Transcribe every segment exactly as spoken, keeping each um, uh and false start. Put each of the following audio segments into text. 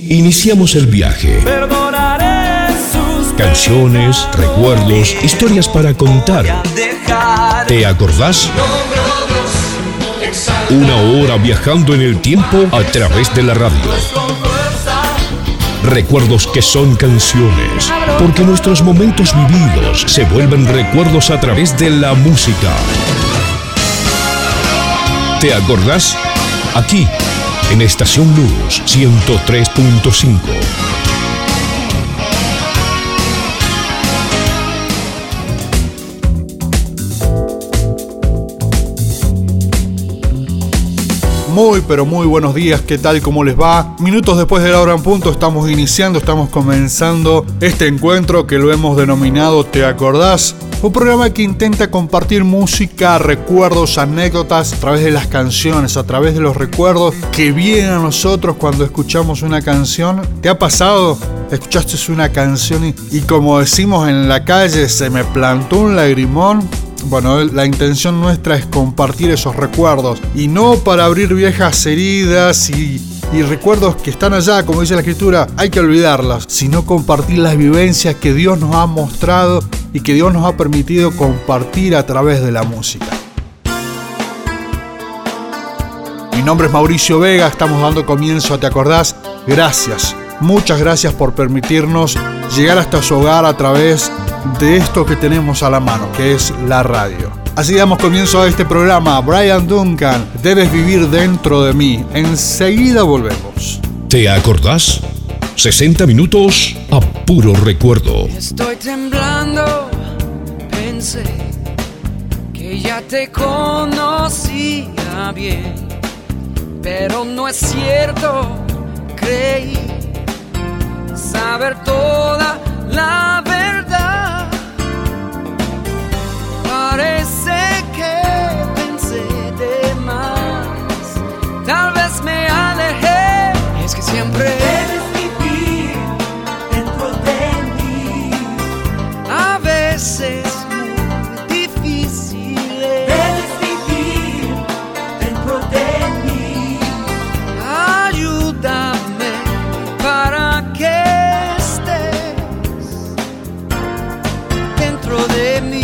iniciamos el viaje. Canciones, recuerdos, historias para contar. ¿Te acordás? Una hora viajando en el tiempo a través de la radio. Recuerdos que son canciones, porque nuestros momentos vividos se vuelven recuerdos a través de la música. ¿Te acordás? Aquí, en Estación Luz ciento tres punto cinco. Muy pero muy buenos días, ¿qué tal? ¿Cómo les va? Minutos después de la hora en punto estamos iniciando, estamos comenzando este encuentro que lo hemos denominado ¿Te acordás? Un programa que intenta compartir música, recuerdos, anécdotas a través de las canciones, a través de los recuerdos que vienen a nosotros cuando escuchamos una canción. ¿Te ha pasado? Escuchaste una canción y, y como decimos en la calle, se me plantó un lagrimón. Bueno, la intención nuestra es compartir esos recuerdos y no para abrir viejas heridas y, y recuerdos que están allá, como dice la escritura, hay que olvidarlas, sino compartir las vivencias que Dios nos ha mostrado y que Dios nos ha permitido compartir a través de la música. Mi nombre es Mauricio Vega, estamos dando comienzo a ¿Te acordás? Gracias, muchas gracias por permitirnos llegar hasta su hogar a través de esto que tenemos a la mano, que es la radio. Así damos comienzo a este programa. Brian Duncan, Debes vivir dentro de mí. Enseguida volvemos. ¿Te acordás? sesenta minutos a puro recuerdo. Estoy temblando, pensé que ya te conocía bien, pero no es cierto, creí saber toda la verdad. Parece que pensé de más, tal vez me alejé. Y es que siempre debes vivir dentro de mí. A veces muy difíciles. Debes vivir dentro de mí. Ayúdame para que estés dentro de mí.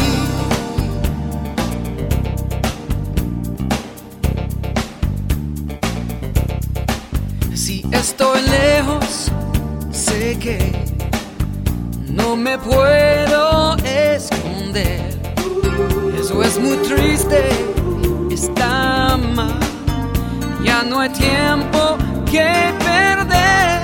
Si estoy lejos, sé que no me puedo esconder. Eso es muy triste, está mal. Ya no hay tiempo que perder,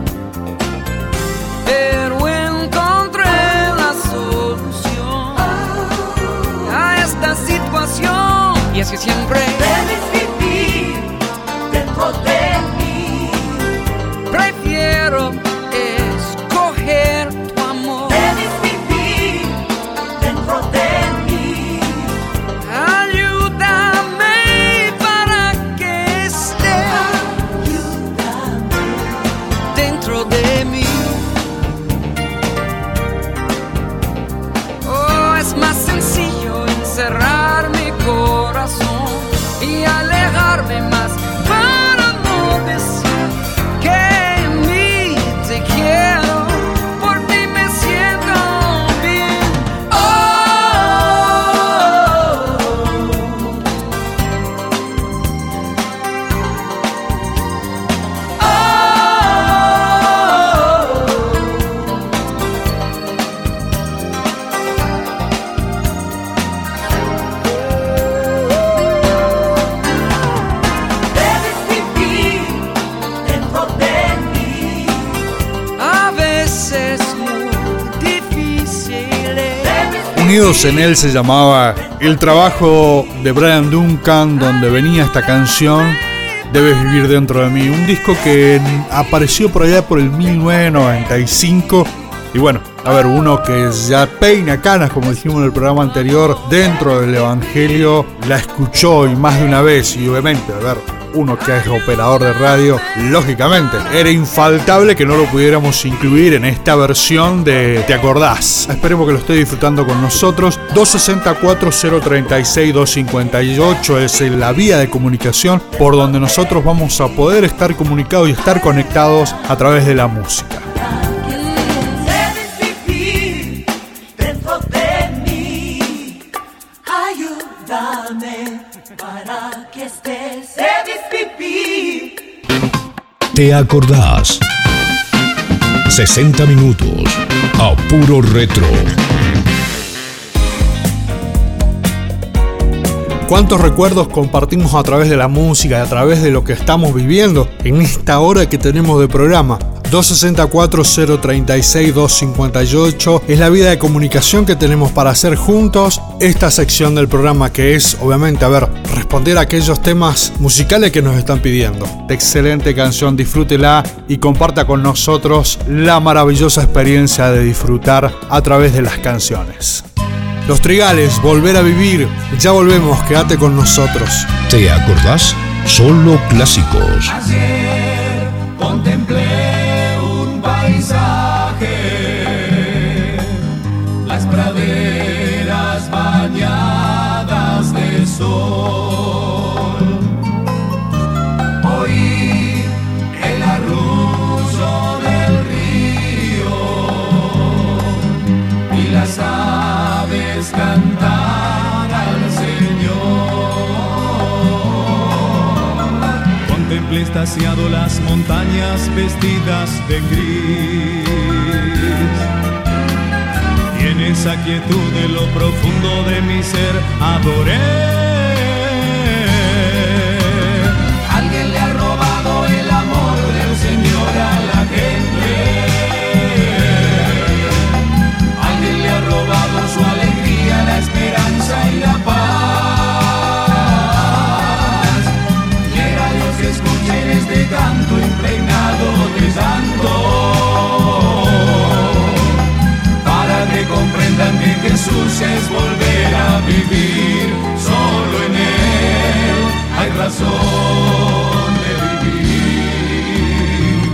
pero encontré la solución a esta situación. Y es que siempre debes vivir dentro de mí. Prefiero escoger tu amor. Debes vivir dentro de mí. Ayúdame para que estés dentro de mí. Oh, es más sencillo encerrar mi corazón y alejarme más para no decir que en mí te quiero, por ti me siento bien. Oh, Unidos en él se llamaba el trabajo de Brian Duncan, donde venía esta canción Debes vivir dentro de mí, un disco que apareció por allá por el mil novecientos noventa y cinco y bueno, a ver, uno que ya peina canas, como dijimos en el programa anterior, dentro del Evangelio, la escuchó y más de una vez, y obviamente, a ver, uno que es operador de radio, lógicamente, era infaltable que no lo pudiéramos incluir en esta versión de ¿Te acordás? Esperemos que lo esté disfrutando con nosotros. dos sesenta y cuatro, cero treinta y seis, doscientos cincuenta y ocho es la vía de comunicación por donde nosotros vamos a poder estar comunicados y estar conectados a través de la música. ¿Te acordás? sesenta minutos a puro retro. ¿Cuántos recuerdos compartimos a través de la música, a través de lo que estamos viviendo en esta hora que tenemos de programa? dos sesenta y cuatro, cero treinta y seis, doscientos cincuenta y ocho es la vía de comunicación que tenemos para hacer juntos esta sección del programa, que es, obviamente, a ver, responder a aquellos temas musicales que nos están pidiendo. Excelente canción, disfrútela y comparta con nosotros la maravillosa experiencia de disfrutar a través de las canciones. Los Trigales, Volver a Vivir. Ya volvemos, quédate con nosotros. ¿Te acordás? Solo clásicos. Ayer contemplé un paisaje, las praderas bañadas de sol. Oí el arrullo del río y las aves cantar al Señor. Contemplé extasiado las montañas vestidas de gris, y en esa quietud de lo profundo de mi ser adoré. Alguien le ha robado el amor del Señor a la gente. Alguien le ha robado su alegría, la esperanza y la paz. Quiera Dios que escuchen este canto impregnado de llanto, para que comprendan que Jesús es volver a vivir. Solo en Él hay razón de vivir.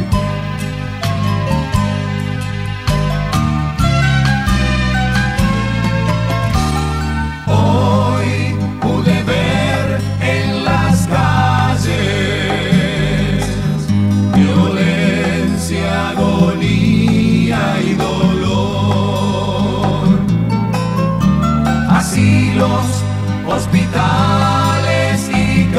Hoy pude ver en las calles violencia, agonía y dolor. Asilos, hospitales y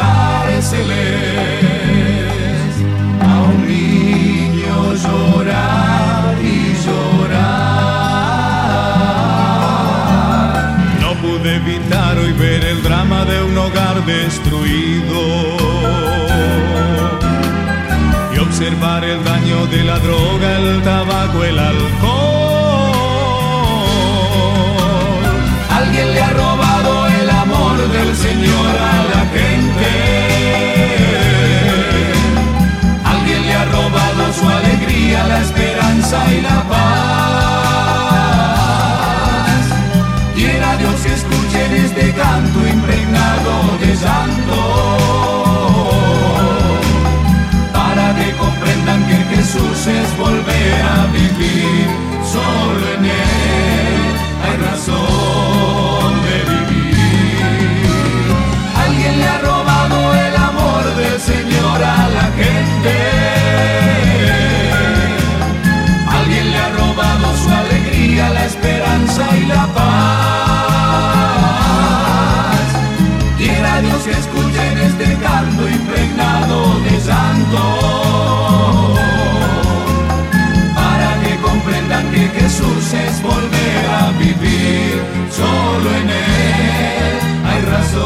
cárceles, a un niño llorar y llorar. No pude evitar hoy ver el drama de un hogar destruido y observar el daño de la droga, el tabaco, el alcohol. Alguien le ha robado el amor del Señor a la gente. Alguien le ha robado su alegría, la esperanza y la paz. Quiera Dios que escuchen este canto impregnado de llanto, para que comprendan que Jesús es volver a vivir. Solo en Él hay razón de vivir. Alguien le ha robado el amor del Señor a la gente. Alguien le ha robado su alegría, la esperanza y la paz. Quiera Dios que escuchen este canto impregnado de llanto, para que comprendan que Jesús es volver a vivir. Solo en Él hay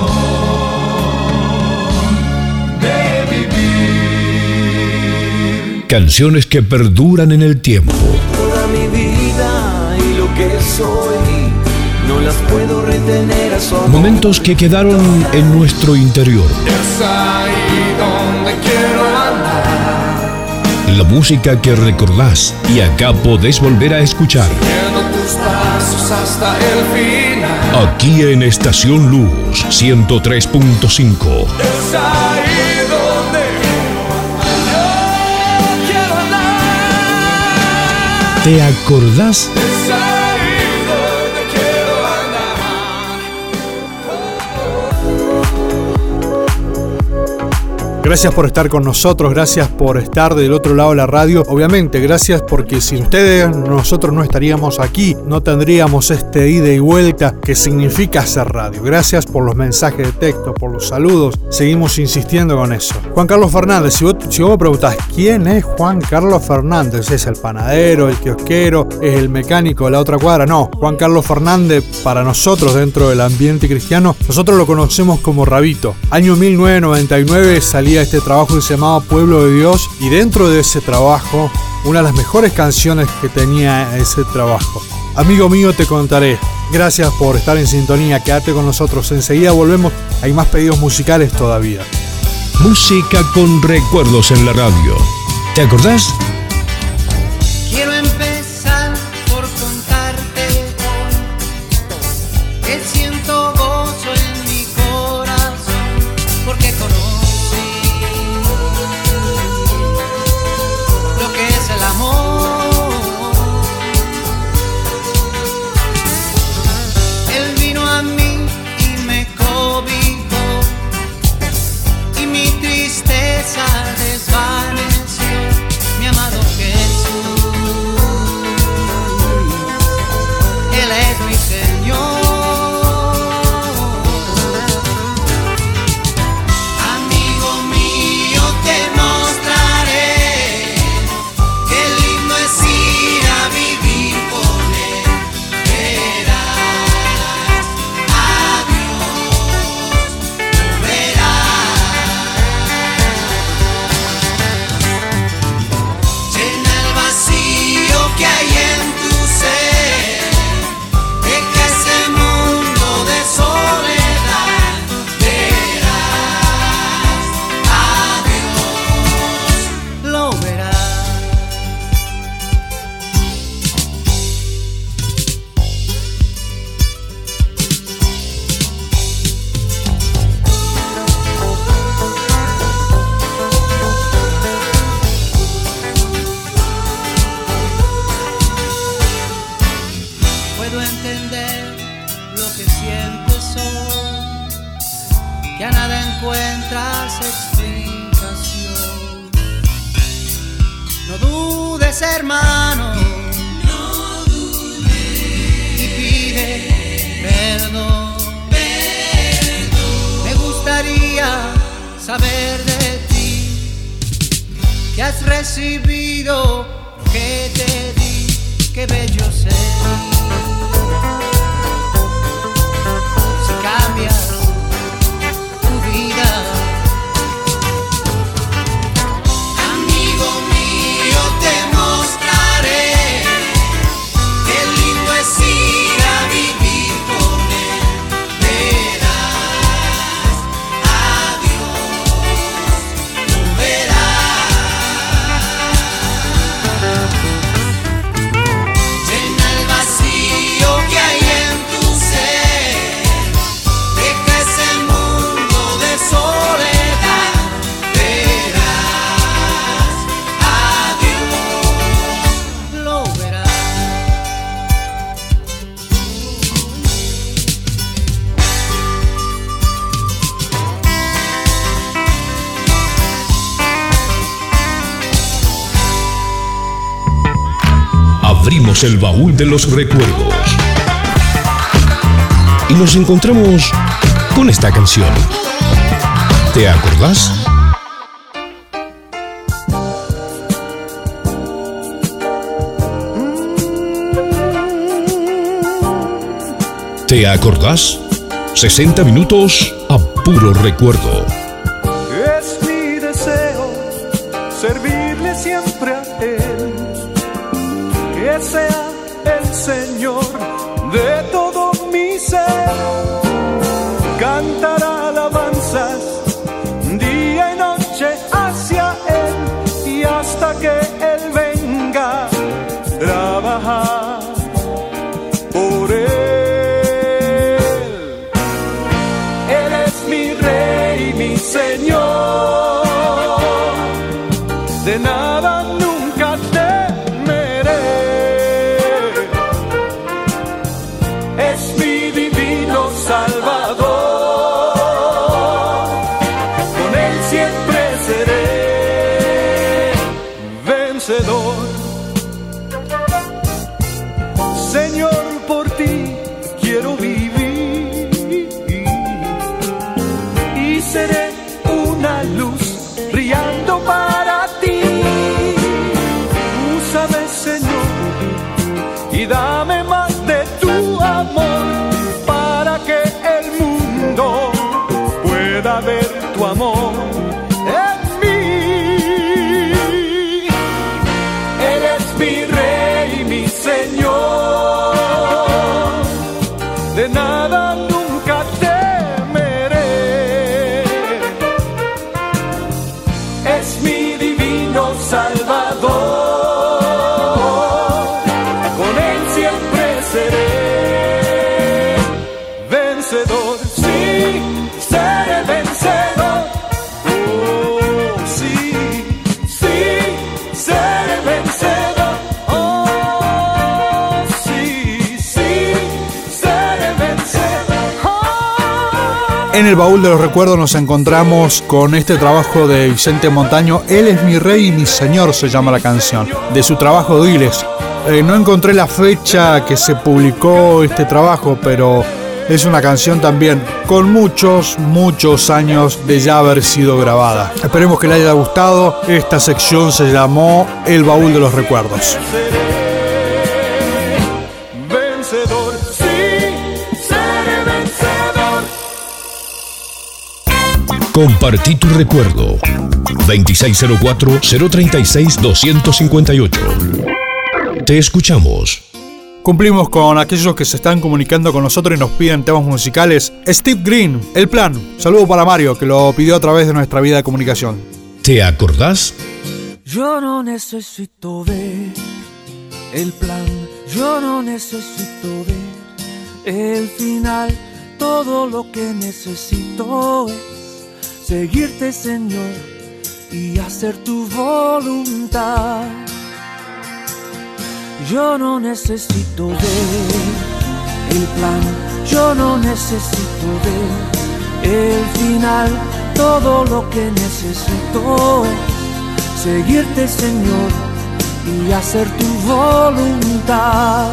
razón de vivir. Canciones que perduran en el tiempo. Toda mi vida y lo que soy, no las puedo retener a su amor. Momentos que quedaron en nuestro interior. Es ahí donde quiero andar, La música que recordás y acá podés volver a escuchar. Siguiendo tus pasos hasta el final. Aquí en Estación Luz ciento tres punto cinco. Es ahí donde yo quiero andar. ¿Te acordás? Es ahí donde quiero andar. Gracias por estar con nosotros, gracias por estar del otro lado de la radio. Obviamente, gracias porque sin ustedes nosotros no estaríamos aquí, no tendríamos este ida y vuelta que significa hacer radio. Gracias por los mensajes de texto, por los saludos, seguimos insistiendo con eso. Juan Carlos Fernández, si vos, si vos me preguntás quién es Juan Carlos Fernández, ¿es el panadero, el kiosquero, es el mecánico de la otra cuadra? No, Juan Carlos Fernández para nosotros dentro del ambiente cristiano, nosotros lo conocemos como Rabito. Año mil novecientos noventa y nueve salía este trabajo que se llamaba Pueblo de Dios, y dentro de ese trabajo, una de las mejores canciones que tenía ese trabajo. Amigo mío, te contaré. Gracias por estar en sintonía, quédate con nosotros, enseguida volvemos, hay más pedidos musicales todavía. Música con recuerdos en la radio. ¿Te acordás? Quiero empezar por contarte hoy que siento gozo en mi corazón, porque conocí lo que es el amor. Él vino a mí y me cobijó, y mi tristeza desvaneció, mi amado Jesús. Él es mi Señor. Amigo mío, te mostraré qué lindo es ir a vivir con Él. Verás a Dios, tú verás. Llena el vacío que hay en tu ser, deja ese mundo de soledad. Verás a Dios, lo verás. Puedo entender lo que sientes hoy, que a nada encuentras explicación. No dudes, hermano, no dudes, y pide perdón. Me gustaría saber de ti, que has recibido, que te di, qué bello ser. Si cambias tu vida, amigo mío, te mostraré qué lindo es ir a vivir con Él. Verás a Dios, tú verás. Llena el vacío que hay en tu ser, deja ese mundo de soledad. Verás a Dios, lo verás. Abrimos el baúl de los recuerdos y nos encontramos con esta canción. ¿Te acordás? ¿Te acordás? sesenta minutos a puro recuerdo. Es mi deseo servirle siempre a Él, que sea el Señor de todo mi ser. Cantar alabanzas día y noche hacia Él, y hasta que amor. Señor, por ti quiero vivir y seré una luz brillando para ti. Úsame, Señor, y dame más de tu amor para que el mundo pueda ver tu amor en mí. Eres mi rey, mi Señor, de nada nunca temeré. Es mi divino Salvador, con él siempre seré vencedor. Sí, seré vencedor. Oh, sí, sí, seré vencedor. Oh, sí, sí, seré vencedor. Oh. En el baúl de los recuerdos nos encontramos con este trabajo de Vicente Montaño. Él es mi rey y mi señor, se llama la canción, de su trabajo Diles. Eh, no encontré la fecha que se publicó este trabajo, pero es una canción también con muchos, muchos años de ya haber sido grabada. Esperemos que le haya gustado. Esta sección se llamó El Baúl de los Recuerdos. Vencedor, sí, seré vencedor. Compartí tu recuerdo. veintiséis cero cuatro, cero treinta y seis, doscientos cincuenta y ocho. Te escuchamos. Cumplimos con aquellos que se están comunicando con nosotros y nos piden temas musicales. Steve Green, El Plan. Saludo para Mario, que lo pidió a través de nuestra vida de comunicación. ¿Te acordás? Yo no necesito ver el plan, yo no necesito ver el final. Todo lo que necesito es seguirte, Señor, y hacer tu voluntad. Yo no necesito ver el plan, yo no necesito ver el final. Todo lo que necesito es seguirte, Señor, y hacer tu voluntad.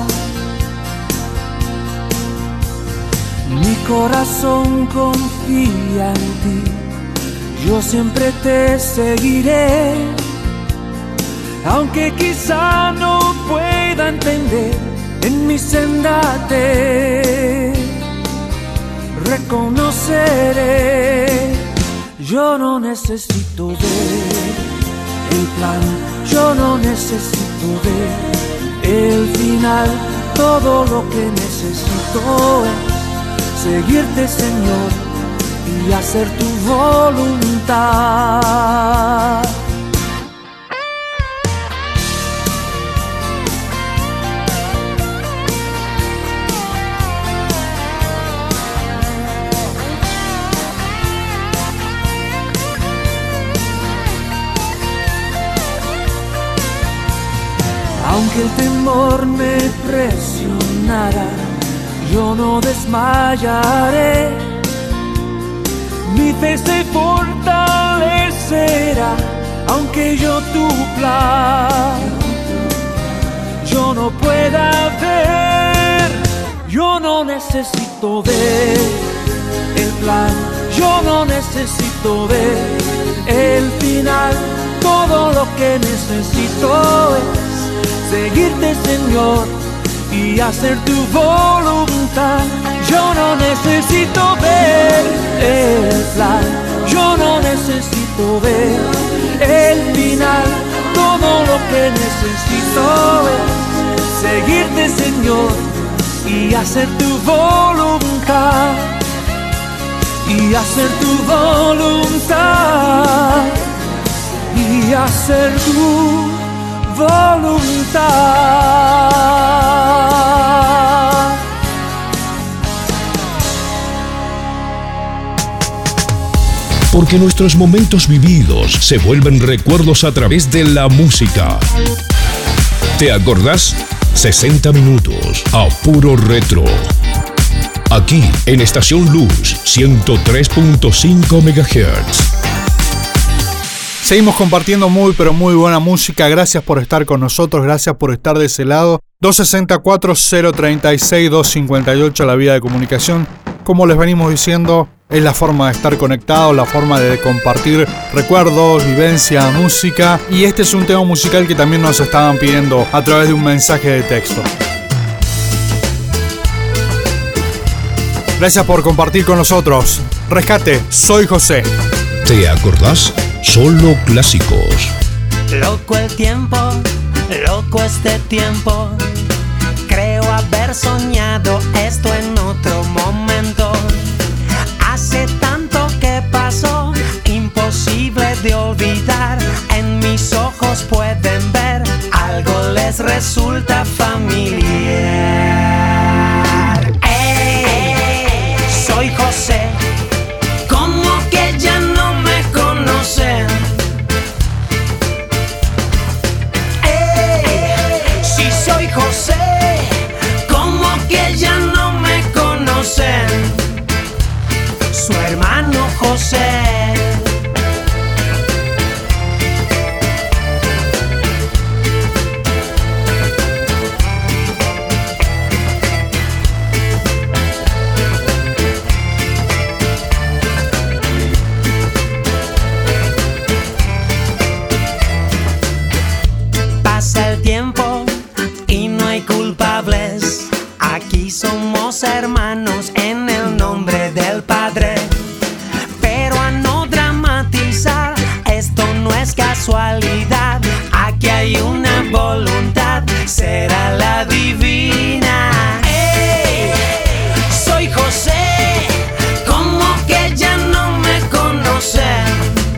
Mi corazón confía en ti, yo siempre te seguiré. Aunque quizá no pueda entender, en mi senda te reconoceré. Yo no necesito ver el plan, yo no necesito ver el final. Todo lo que necesito es seguirte, Señor, y hacer tu voluntad. Aunque el temor me presionara, yo no desmayaré. Mi fe se fortalecerá, aunque yo tu plan yo no pueda ver. Yo no necesito ver el plan, yo no necesito ver el final. Todo lo que necesito es seguirte, Señor, y hacer tu voluntad. Yo no necesito ver el plan, yo no necesito ver el final. Todo lo que necesito es seguirte, Señor, y hacer tu voluntad. Y hacer tu voluntad. Y hacer tu voluntad. Porque nuestros momentos vividos se vuelven recuerdos a través de la música. ¿Te acordás? sesenta minutos a puro retro. Aquí en Estación Luz ciento tres punto cinco megahertz. Seguimos compartiendo muy pero muy buena música. Gracias por estar con nosotros, gracias por estar de ese lado. dos seis cuatro, cero tres seis, dos cinco ocho la vía de comunicación. Como les venimos diciendo, es la forma de estar conectados, la forma de compartir recuerdos, vivencia, música. Y este es un tema musical que también nos estaban pidiendo a través de un mensaje de texto. Gracias por compartir con nosotros. Rescate, soy José. ¿Te acordás? Solo clásicos. Loco el tiempo, loco este tiempo. Creo haber soñado esto en otro momento. Hace tanto que pasó, imposible de olvidar. En mis ojos pueden ver, algo les resulta familiar. ¡Ey! Soy José. ¿Cómo que ya no me conocen? ¡Ey! Si soy José. ¿Cómo que ya no me conocen? Su hermano José. Pasa el tiempo y no hay culpables. Aquí somos hermanos en el nombre del Padre. Pero a no dramatizar, esto no es casualidad. Aquí hay una voluntad, será la divina. ¡Ey! Soy José. ¿Cómo que ya no me conocen?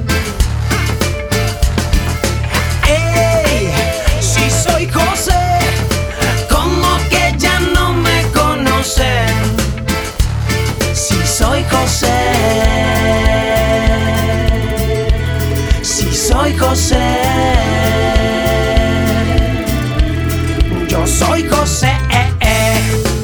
¡Ey! Si soy José. Si soy José, si soy José, yo soy José. Eh, eh.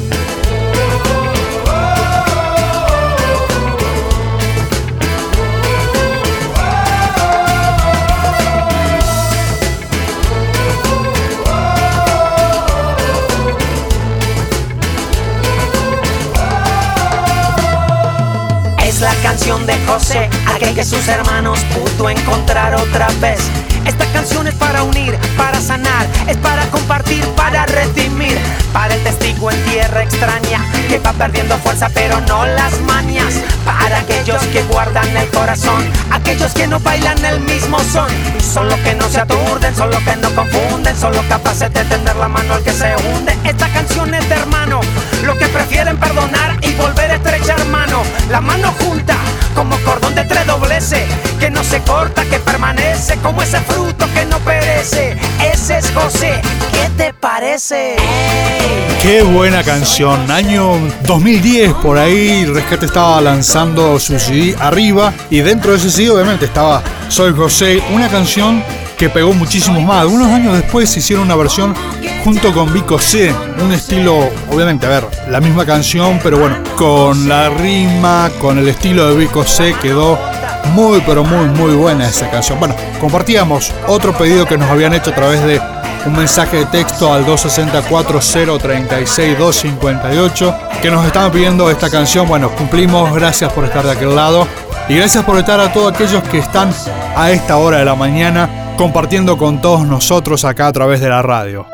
La canción de José, aquel que sus hermanos pudo encontrar otra vez. Esta canción es para unir, para sanar, es para compartir, para redimir, para el testigo en tierra extraña que va perdiendo fuerza pero no las mañas, para aquellos que guardan el corazón, aquellos que no bailan el mismo son, son los que no se aturden, son los que no confunden, son los capaces de tender la mano al que se hunde. Esta canción es de hermano, los que prefieren perdonar y volver a estrechar mano, la mano junta como cordón de tres dobleces, que no se corta, que permanece como ese fruto que no perece. Ese es José, ¿qué te parece? ¡Ey! Qué buena canción. Año dos mil diez por ahí, Rescate estaba lanzando su C D Arriba, y dentro de ese C D obviamente estaba Soy José, una canción que pegó muchísimos más. Unos años después hicieron una versión junto con Vico C, un estilo, obviamente, a ver, la misma canción, pero bueno, con la rima, con el estilo de Vico C, quedó muy pero muy muy buena esa canción. Bueno, compartíamos otro pedido que nos habían hecho a través de un mensaje de texto al dos seis cuatro, cero tres seis, dos cinco ocho, que nos estaban pidiendo esta canción. Bueno, cumplimos, gracias por estar de aquel lado y gracias por estar a todos aquellos que están a esta hora de la mañana compartiendo con todos nosotros acá a través de la radio.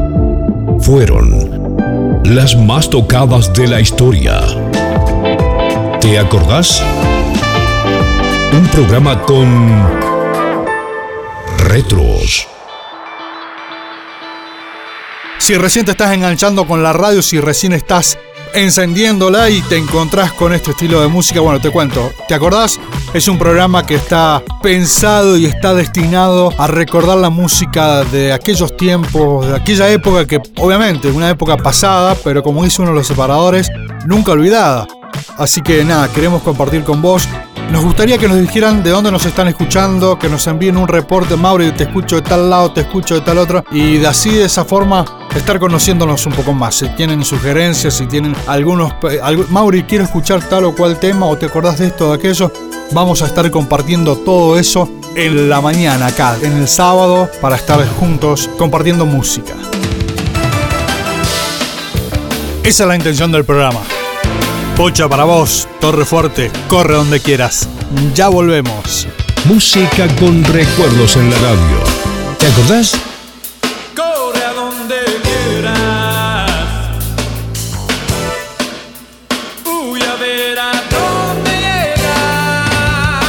Fueron las más tocadas de la historia. ¿Te acordás? Un programa con retros. Si recién te estás enganchando con la radio, si recién estás encendiéndola y te encontrás con este estilo de música, bueno, te cuento, ¿te acordás? Es un programa que está pensado y está destinado a recordar la música de aquellos tiempos, de aquella época que obviamente es una época pasada, pero como dice uno de los separadores, nunca olvidada. Así que nada, queremos compartir con vos. Nos gustaría que nos dijeran de dónde nos están escuchando, que nos envíen un reporte. Mauri, te escucho de tal lado, te escucho de tal otro, y de así, de esa forma, estar conociéndonos un poco más. Si tienen sugerencias, si tienen algunos... Algún, Mauri, quiero escuchar tal o cual tema, o te acordás de esto o de aquello, vamos a estar compartiendo todo eso en la mañana acá, en el sábado, para estar juntos compartiendo música. Esa es la intención del programa. Pocha para vos, Torre Fuerte, corre donde quieras. Ya volvemos. Música con recuerdos en la radio. ¿Te acordás? Corre a donde quieras. Uy, a ver a dónde llegas.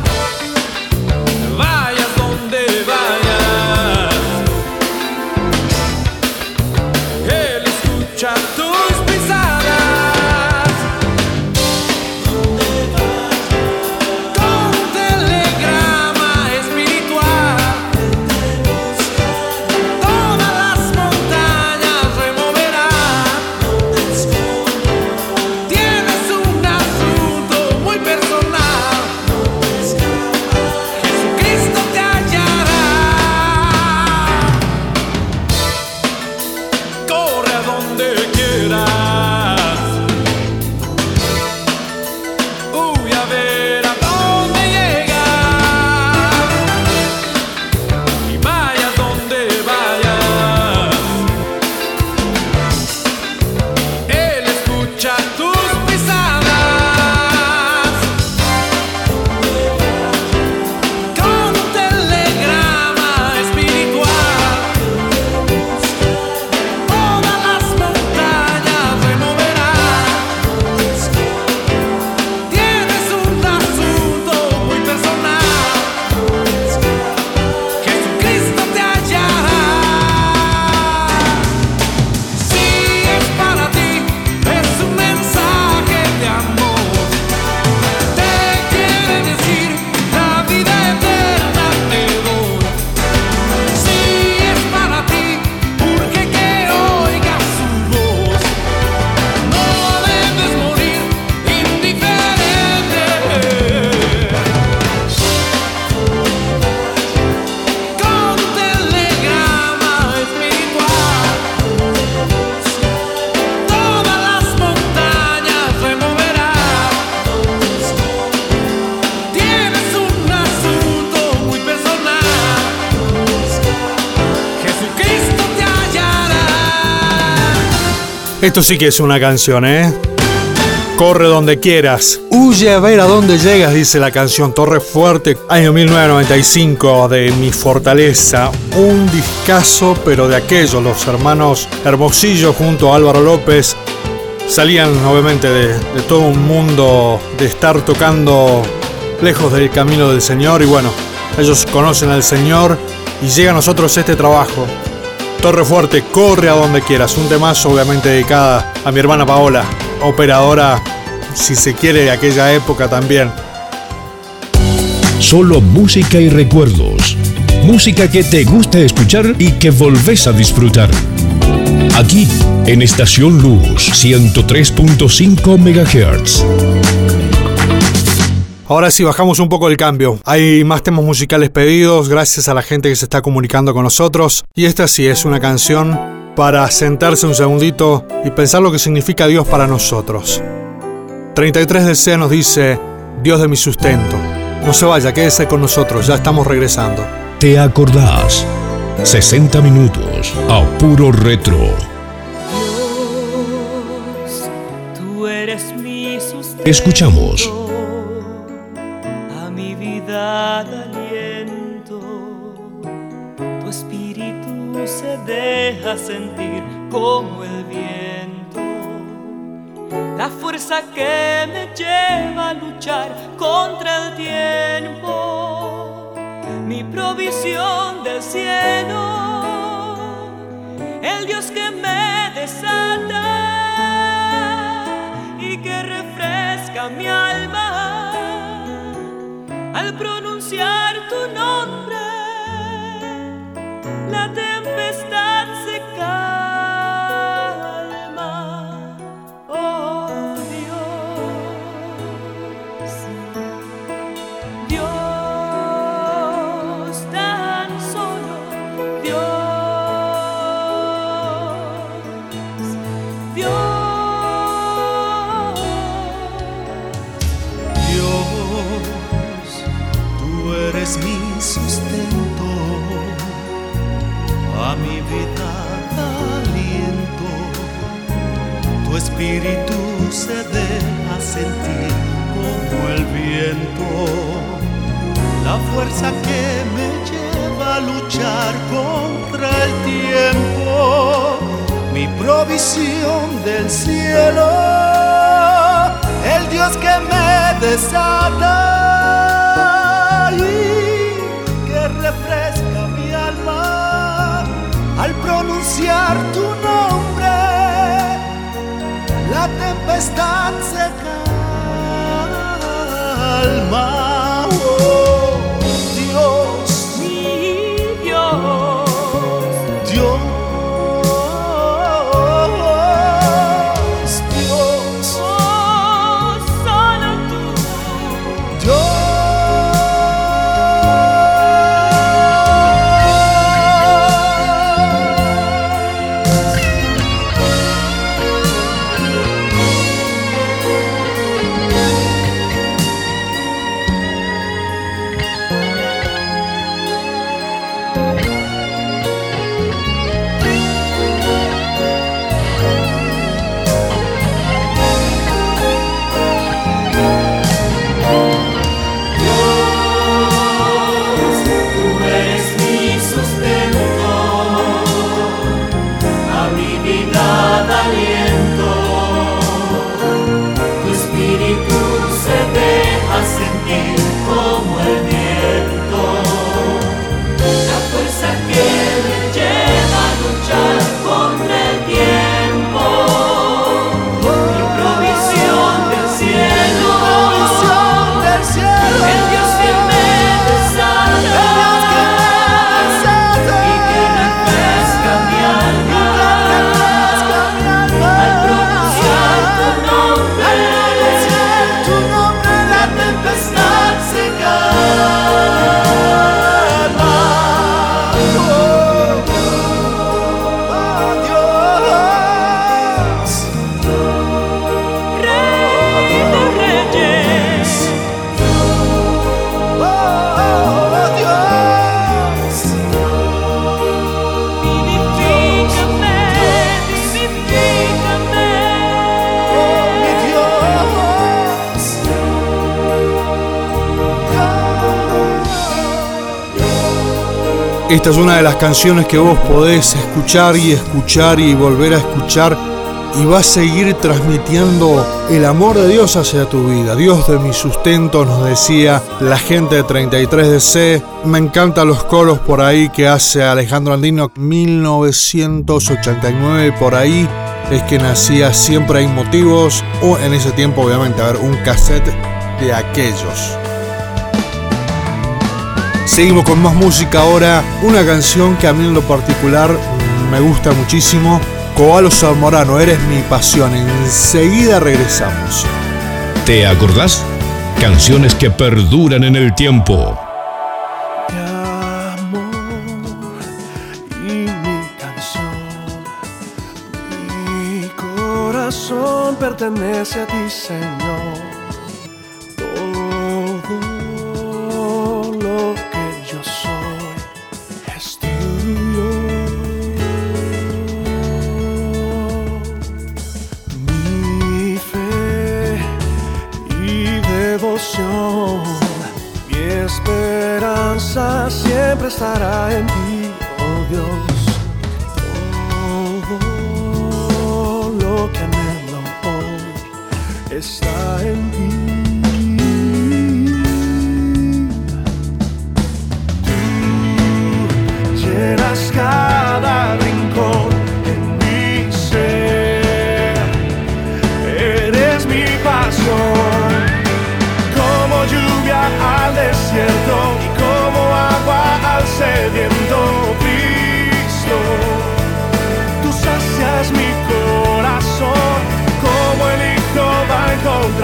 Vayas donde vayas. Él escucha tus pisadas. Con un telegrama espiritual. Todas las montañas removerá. Tienes un asunto muy personal. Jesucristo te hallará. Corre a donde quieras. Uy, a ver a dónde llegas. Y vayas donde vayas. Él escucha tus pisadas. Con un telegrama espiritual. Todas las montañas removerá. Tienes un asunto muy personal. Jesucristo te hallará. Si es para ti, es un mensaje de amor. Te quiere decir, la vida eterna te doy. Si es para ti, urge que oigas su voz. No debes morir indiferente. Con un telegrama espiritual. Todas las montañas removerá. Tienes un asunto muy personal. Jesucristo te hallará. Esto sí que es una canción, ¿eh? Corre donde quieras. Huye a ver a dónde llegas, dice la canción. Torre Fuerte, año mil novecientos noventa y cinco, de Mi Fortaleza. Un discazo, pero de aquellos, los hermanos Hermosillo junto a Álvaro López. Salían obviamente de, de todo un mundo de estar tocando lejos del camino del Señor. Y bueno, ellos conocen al Señor y llega a nosotros este trabajo. Torre Fuerte, corre a donde quieras. Un temazo obviamente dedicada a mi hermana Paola, operadora, si se quiere, de aquella época también. Solo música y recuerdos. Música que te gusta escuchar y que volvés a disfrutar. Aquí, en Estación Luz, ciento tres punto cinco megahertz. Ahora sí, bajamos un poco el cambio. Hay más temas musicales pedidos, gracias a la gente que se está comunicando con nosotros. Y esta sí es una canción para sentarse un segundito y pensar lo que significa Dios para nosotros. treinta y tres de C nos dice: Dios de mi sustento. No se vaya, quédese con nosotros, ya estamos regresando. ¿Te acordás? sesenta minutos a puro retro. Dios, tú eres mi sustento. Escuchamos. A mi vida da aliento. Tu espíritu se deja sentir como el viento. La fuerza que me lleva a luchar contra el tiempo. Mi provisión del cielo. El Dios que me desata y que refresca mi alma al pronunciar tu nombre. La tempestad se calma. Oh Dios, Dios tan solo, Dios, Dios, Dios, tú eres mi espíritu se deja sentir como el viento, la fuerza que me lleva a luchar contra el tiempo, mi provisión del cielo, el Dios que me desata y que refresca mi alma al pronunciar tu nombre. La tempestad se calma. Oh, Dios, mi Dios, Dios, Dios, oh, solo tú, Dios. Esta es una de las canciones que vos podés escuchar y escuchar y volver a escuchar y va a seguir transmitiendo el amor de Dios hacia tu vida. Dios de mi sustento, nos decía la gente de treinta y tres D C. Me encantan los coros por ahí que hace Alejandro Andino. mil novecientos ochenta y nueve por ahí es que nacía Siempre hay motivos, o en ese tiempo obviamente, a ver, un cassette de aquellos. Seguimos con más música ahora, una canción que a mí en lo particular me gusta muchísimo. Coalo Zamorano, Eres mi pasión. Enseguida regresamos. ¿Te acordás? Canciones que perduran en el tiempo. Mi amor y mi canción, mi corazón pertenece a ti, Señor. Todo lo que yo soy es tuyo. Mi fe y devoción, mi esperanza siempre estará en ti, oh Dios. Todo lo que anhelo hoy está en ti. Llenas cada rincón en mi ser, eres mi pasión, como lluvia al desierto y como agua al sediento. Cristo, tú sacias mi corazón, como el Hijo va a encontrar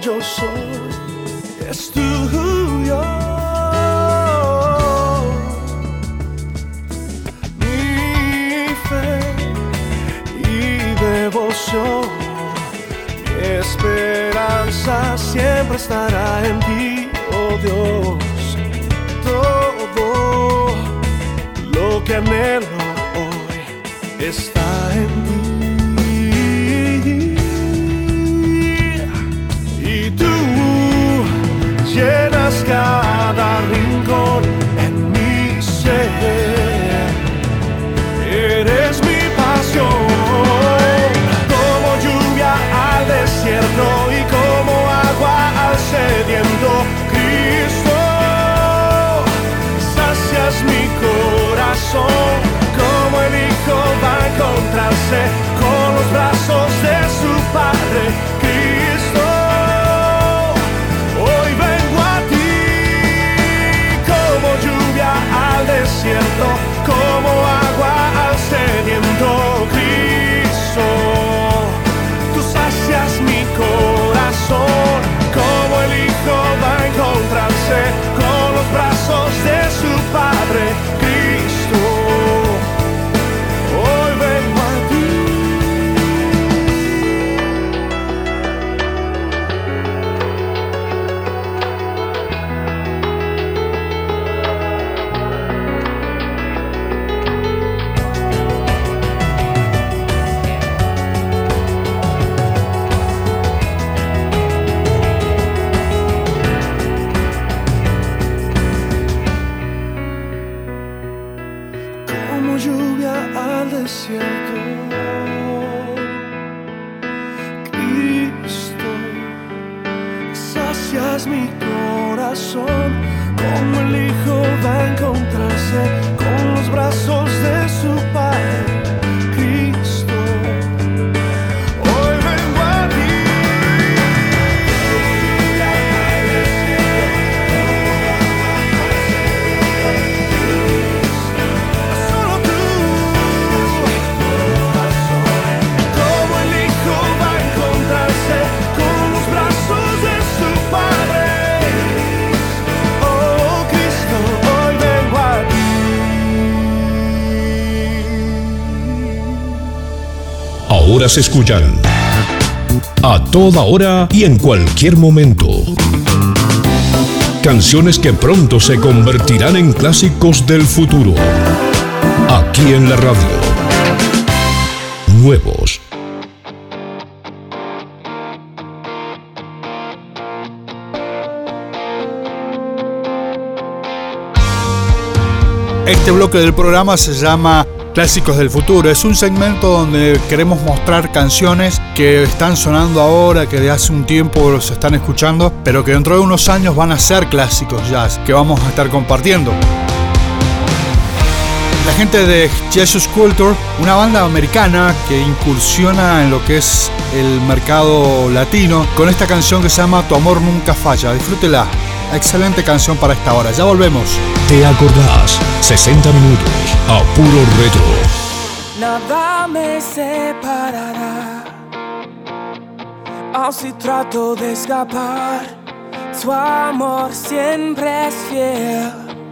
yo soy es tuyo. Mi fe y devoción, mi esperanza siempre estará en ti, oh Dios. Todo lo que anhelo hoy está en ti. Y tú llenas cada rincón en mi ser. Eres mi pasión, como lluvia al desierto y como agua al sediento. Cristo, sacias mi corazón, como el Hijo va a encontrarse con los brazos de su Padre. Cristo, hoy vengo a ti, como lluvia al desierto, como agua al sediento. Cristo, tú sacias mi corazón, como el Hijo va a encontrarse con los brazos de su Padre. Cristo, hoy vengo a ti. Como lluvia al desierto, Cristo, sacias mi corazón, como el Hijo va a encontrarse con los brazos de su Padre. Cristo, hoy vengo a ti. Solo tú, como el Hijo va a encontrarse con los brazos de su Padre. Oh Cristo, hoy vengo a ti. Ahora se escuchan a toda hora y en cualquier momento canciones que pronto se convertirán en clásicos del futuro. Aquí en la radio. Nuevos. Este bloque del programa se llama Clásicos del Futuro. Es un segmento donde queremos mostrar canciones que están sonando ahora, que de hace un tiempo los están escuchando, pero que dentro de unos años van a ser clásicos jazz, que vamos a estar compartiendo. La gente de Jesus Culture, una banda americana que incursiona en lo que es el mercado latino, con esta canción que se llama Tu amor nunca falla. Disfrútela. Excelente canción para esta hora. Ya volvemos. ¿Te acordás? sesenta minutos a puro retro. Nada me separará, aun si trato de escapar, su amor siempre es fiel.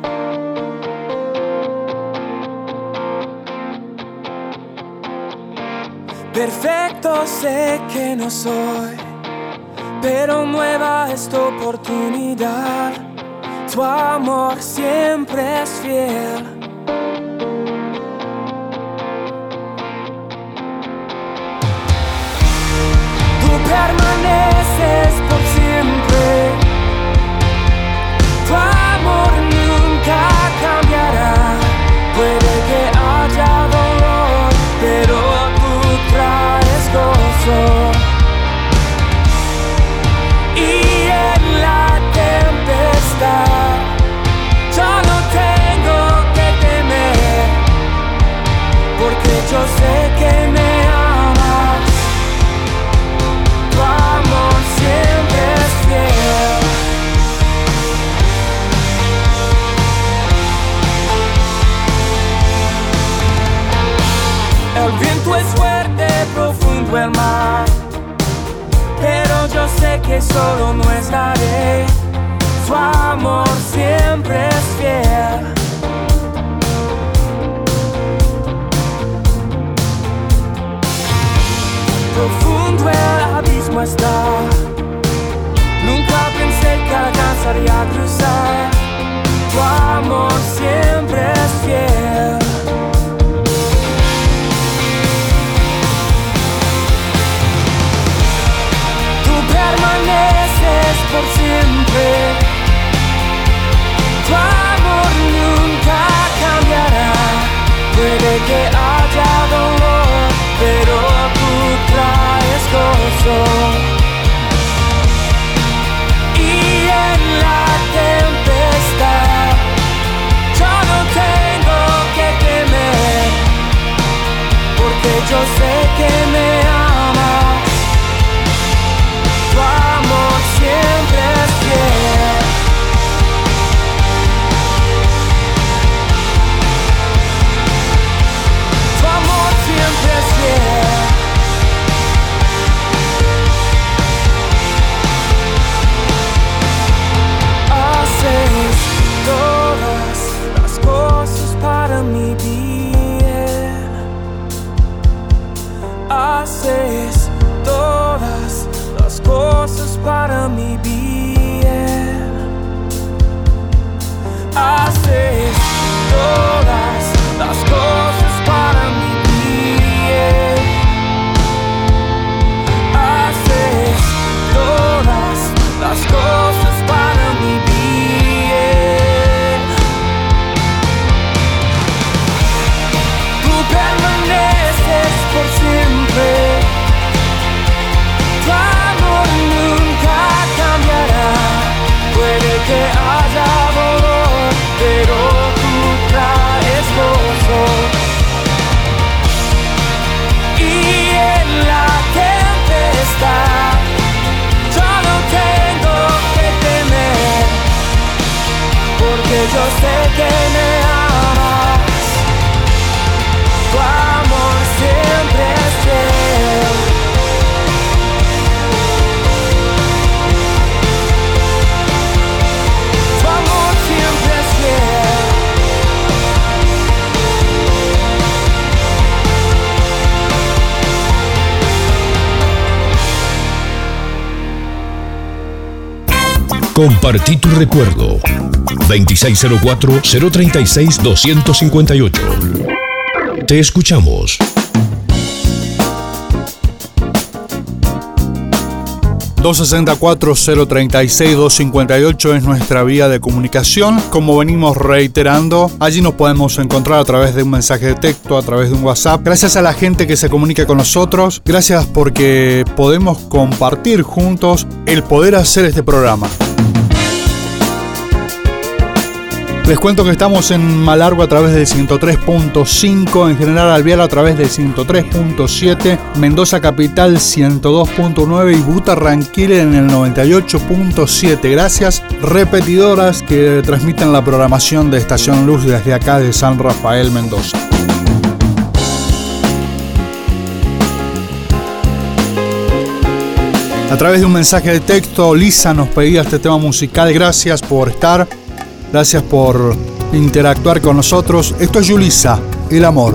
Perfecto sé que no soy, pero nueva esta oportunidad. Tu amor siempre es fiel. Tú permaneces por siempre. Tu amor nunca cambiará. Puede que haya dolor, pero tú traes gozo. Y en la tempestad yo no tengo que temer, porque yo sé que me amas. Tu amor siempre es fiel. El viento es fuerte, profundo el mar, pero yo yo sé que solo no estaré. Su amor siempre es fiel. Profundo el abismo está. Nunca pensé que alcanzaría a cruzar. Tu amor siempre es fiel. Tú permaneces por siempre. Tu amor nunca cambiará. Puede que haya dolor, pero tú traes gozo. Y en la tempestad yo no tengo que temer, porque yo sé que me amas. Tu amor siempre es fiel. Tu amor siempre es fiel. Haces todas las cosas para mi bien. Haces todas las cosas para mi bien. Haces todas las cosas para mi bien. Haces todas las cosas para mi bien. Tú permaneces por siempre. Tu amor nunca cambiará. Puede que haya dolor, pero tú traes gozo. Y en la tempestad yo no tengo que temer, porque yo sé que me amas. Tu amor siempre es fiel. Tu amor siempre es fiel. Compartí tu recuerdo. veintiséis cero cuatro, cero treinta y seis, doscientos cincuenta y ocho. Te escuchamos. dos sesenta y cuatro, cero treinta y seis, doscientos cincuenta y ocho es nuestra vía de comunicación. Como venimos reiterando, allí nos podemos encontrar a través de un mensaje de texto, a través de un WhatsApp. Gracias a la gente que se comunica con nosotros. Gracias porque podemos compartir juntos el poder hacer este programa. Les cuento que estamos en Malargüe a través del ciento tres punto cinco, en General Alvear a través del ciento tres punto siete, Mendoza Capital ciento dos punto nueve y Butarranquil en el noventa y ocho punto siete. Gracias, repetidoras que transmiten la programación de Estación Luz desde acá de San Rafael, Mendoza. A través de un mensaje de texto, Lisa nos pedía este tema musical. Gracias por estar. Gracias por interactuar con nosotros. Esto es Yulisa, El Amor.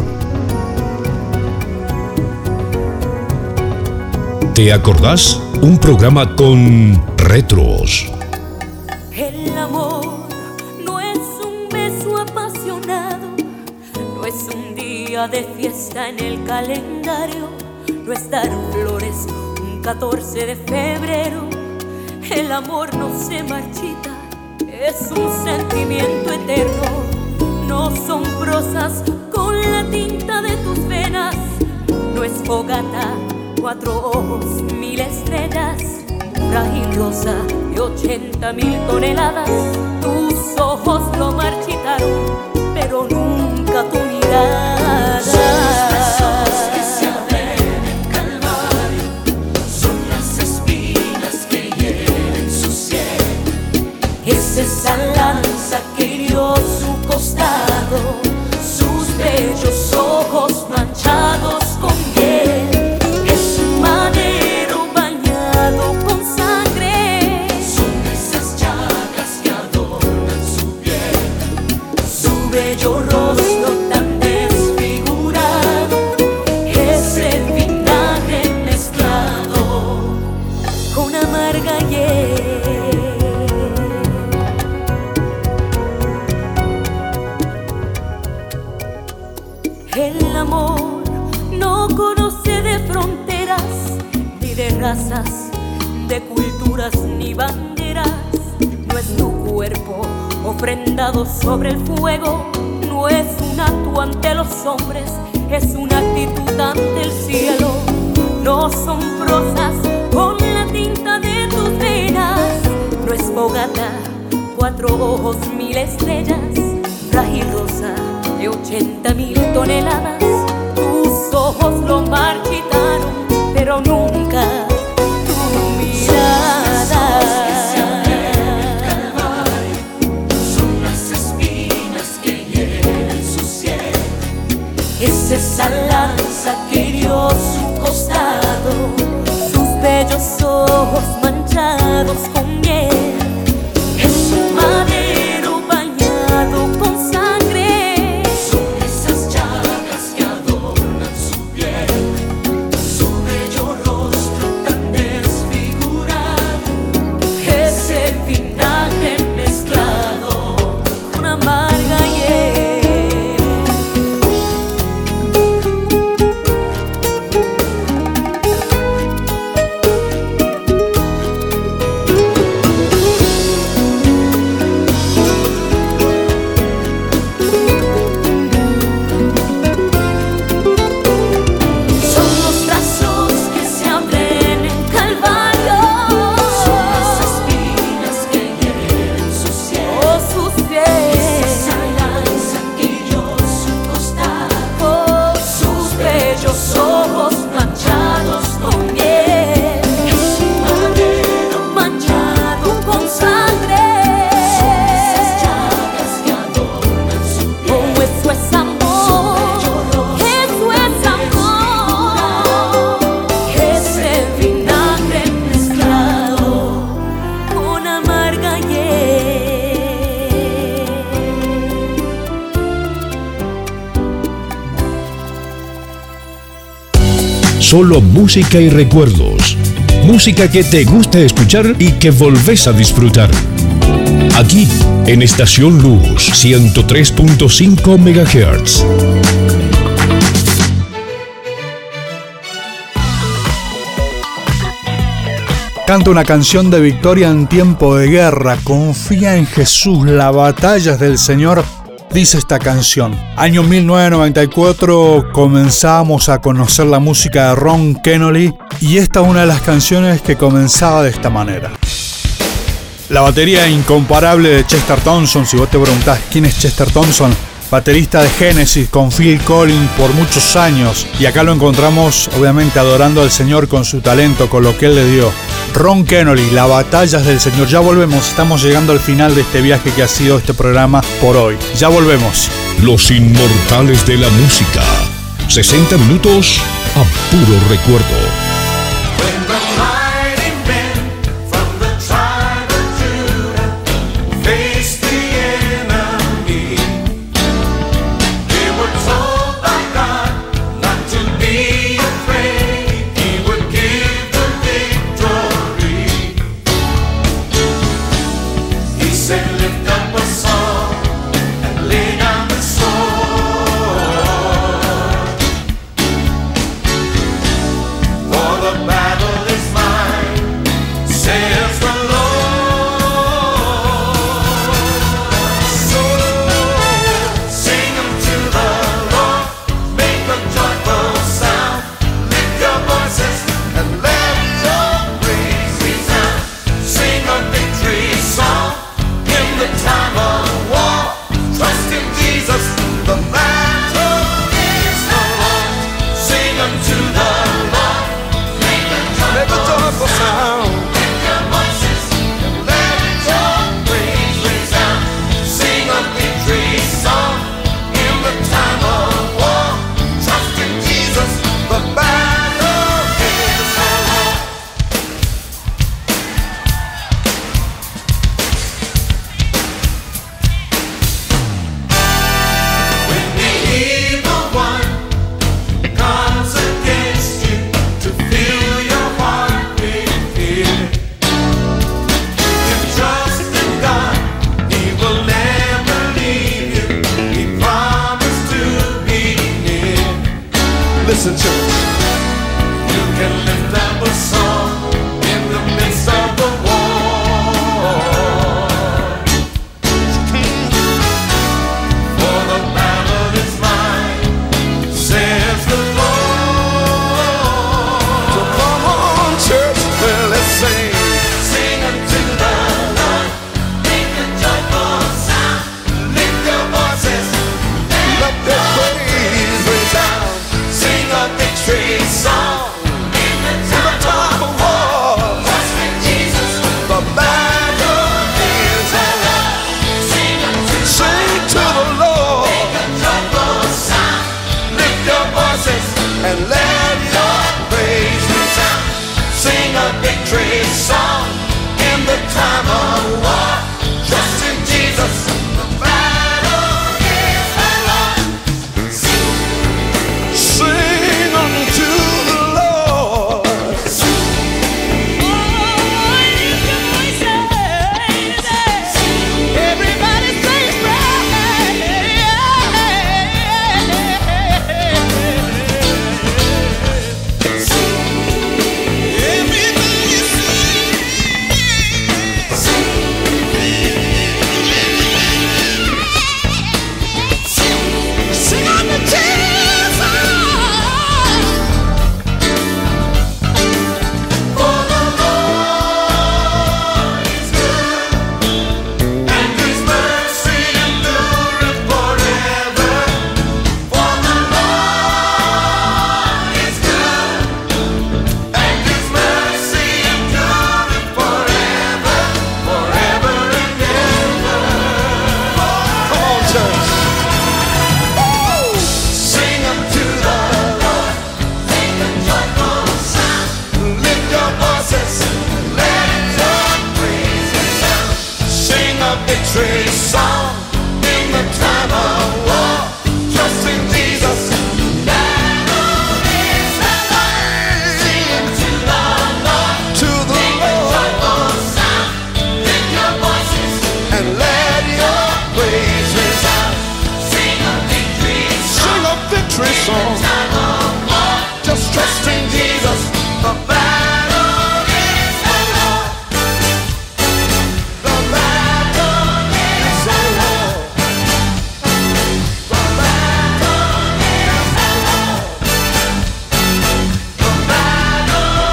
¿Te acordás? Un programa con retros. El amor no es un beso apasionado, no es un día de fiesta en el calendario, no es dar flores un catorce de febrero. El amor no se marchita, es un sentimiento eterno. No son prosas con la tinta de tus venas, no es fogata, cuatro ojos, mil estrellas, frágil rosa de ochenta mil toneladas. Tus ojos lo marchitaron, pero nunca tu mirada. Son los besos que se abren en Calvario, son las espinas que hieren su cielo. Es esa lanza que hirió su costado, sus bellos ojos manchados con miel. Es un madero bañado con sal. razas, de culturas ni banderas. No es tu cuerpo ofrendado sobre el fuego, no es un acto ante los hombres, es una actitud ante el cielo. No son prosas con la tinta de tus venas, no es fogata, cuatro ojos, mil estrellas, frágil rosa de ochenta mil toneladas. Tus ojos lo marchitaron, pero nunca tu mirada. Son las espinas que hieren su cielo. Es esa lanza que hirió su costado, sus bellos ojos manchados con miel. Es un madero bañado con sangre. Son esas llagas que adornan su piel, su bello rostro tan desfigurado. Es el vinagre mezclado con amarga hiel. Solo música y recuerdos. Música que te gusta escuchar y que volvés a disfrutar. Aquí, en Estación Luz, ciento tres punto cinco megahertz. Canta una canción de victoria en tiempo de guerra. Confía en Jesús, la batalla es del Señor, dice esta canción. Año mil novecientos noventa y cuatro comenzamos a conocer la música de Ron Kenoly y esta es una de las canciones que comenzaba de esta manera. La batería incomparable de Chester Thompson. Si vos te preguntás quién es Chester Thompson, baterista de Genesis con Phil Collins por muchos años, y acá lo encontramos obviamente adorando al Señor con su talento, con lo que Él le dio. Ron Kenoly, la batalla es del Señor. Ya volvemos, estamos llegando al final de este viaje que ha sido este programa por hoy. Ya volvemos. Los inmortales de la música. sesenta minutos a puro recuerdo. Listen, church, you can lift up a song. song in the time of war. Trust in Jesus, the battle is over. Sing unto Sing to the Lord. Make a joyful sound. Lift your voices and let your praise resound. Sing a victory song in the time of war. Trust in Jesus, the battle is over. Sing, sing unto the Lord. Everybody sing, victory song in the time of war. Trust in Jesus, battle is over. Sing to the Lord, to the Lord. Joyful sound, lift your voices and let your praise resound. Sing a victory song, sing a victory song in the time of war. Just trust in Jesus, the battle is over. The battle is over. The battle is over. The battle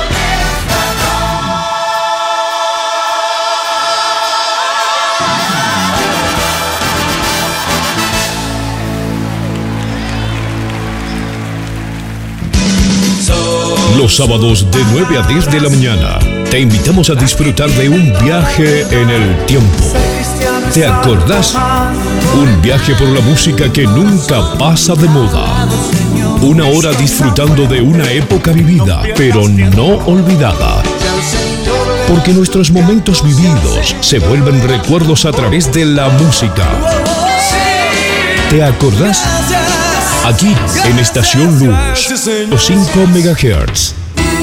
Los sábados de nueve a diez de la mañana te invitamos a disfrutar de un viaje en el tiempo. ¿Te acordás? Un viaje por la música que nunca pasa de moda. Una hora disfrutando de una época vivida, pero no olvidada. Porque nuestros momentos vividos se vuelven recuerdos a través de la música. ¿Te acordás? Aquí en Estación Luz, los cinco megahertz.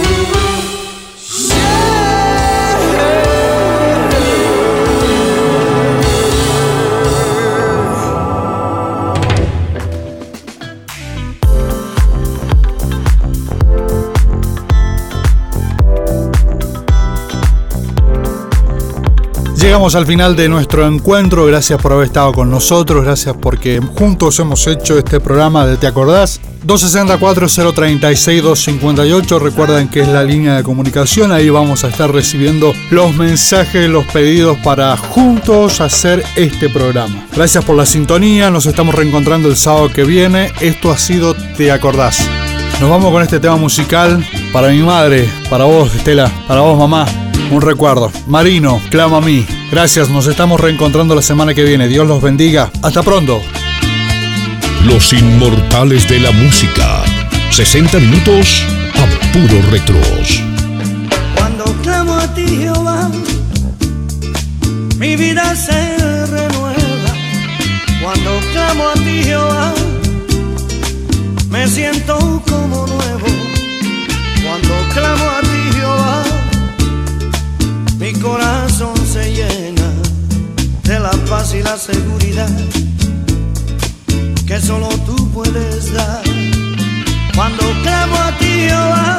Llegamos al final de nuestro encuentro, gracias por haber estado con nosotros, gracias porque juntos hemos hecho este programa de ¿Te acordás? dos seis cuatro, cero tres seis, dos cinco ocho, recuerden que es la línea de comunicación, ahí vamos a estar recibiendo los mensajes, los pedidos para juntos hacer este programa. Gracias por la sintonía, nos estamos reencontrando el sábado que viene, esto ha sido ¿Te acordás? Nos vamos con este tema musical para mi madre, para vos Estela, para vos mamá. Un recuerdo. Marino, clama a mí. Gracias, nos estamos reencontrando la semana que viene. Dios los bendiga. Hasta pronto. Los inmortales de la música. sesenta minutos a puro retros. Cuando clamo a ti, Jehová, mi vida se renueva. Cuando clamo a ti, Jehová, me siento como nuevo. Cuando clamo a ti, Jehová, mi corazón se llena de la paz y la seguridad que solo tú puedes dar. Cuando clamo a ti, Jehová,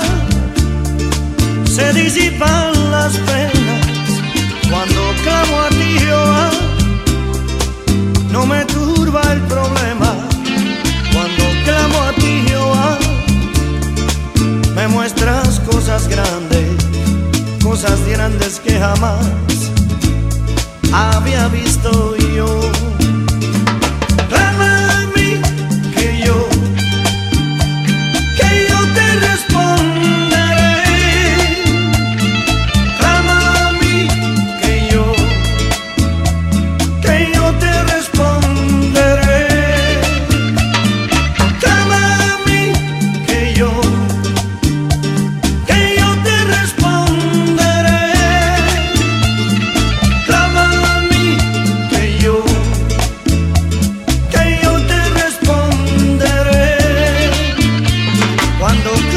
se disipan las penas. Cuando clamo a ti, Jehová, no me turba el problema. Cuando clamo a ti, Jehová, me muestras cosas grandes, cosas grandes que jamás había visto yo. Clama a mí, que yo, que yo te respondo.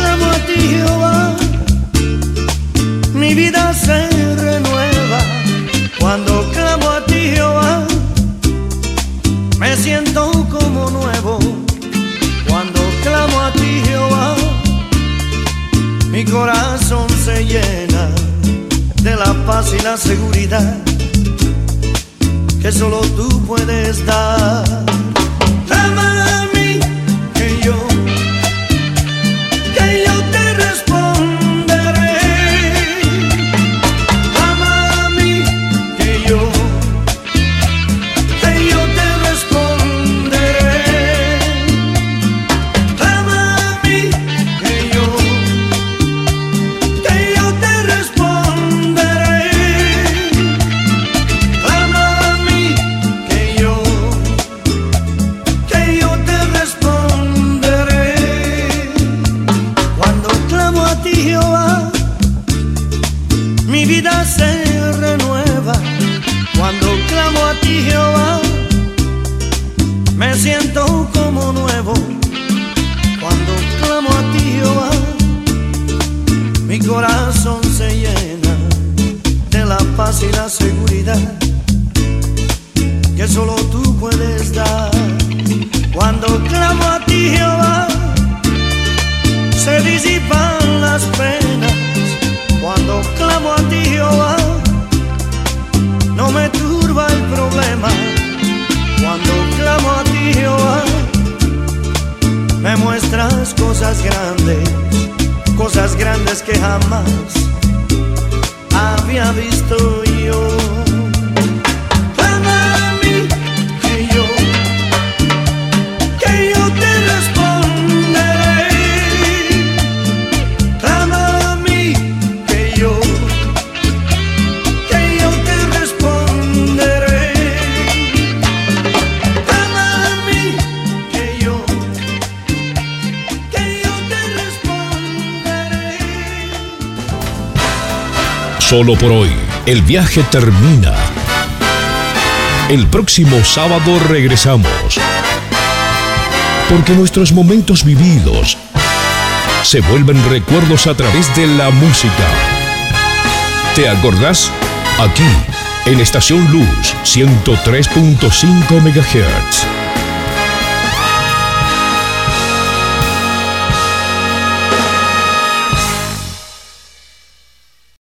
clamo a ti, Jehová, mi vida se renueva. Cuando clamo a ti, Jehová, me siento como nuevo. Cuando clamo a ti, Jehová, mi corazón se llena de la paz y la seguridad que solo tú puedes dar. Clama a mí, que yo, que yo te responderé. Clama a mí, que yo, que yo te responderé. Clama a mí, que yo, que yo te responderé. Clama a mí, que yo, que yo te responderé. Cuando clamo a ti, Jehová, mi vida se renueva. Cuando clamo a ti, Jehová, me siento como nuevo. Cuando clamo a ti, Jehová, mi corazón se llena de la paz y la seguridad que solo tú puedes dar. Cuando clamo a ti, Jehová, se disipan las penas. Cuando clamo a ti, Jehová, no me turba el problema. Cuando clamo a ti, Jehová, me muestras cosas grandes, cosas grandes que jamás había visto yo. Clama a mí, que yo, que yo te responderé. Clama a mí, que yo, que yo te responderé. Clama a mí, que yo, que yo te responderé. Solo por hoy, el viaje termina. El próximo sábado regresamos. Porque nuestros momentos vividos se vuelven recuerdos a través de la música. ¿Te acordás? Aquí, en Estación Luz ciento tres punto cinco megahertz.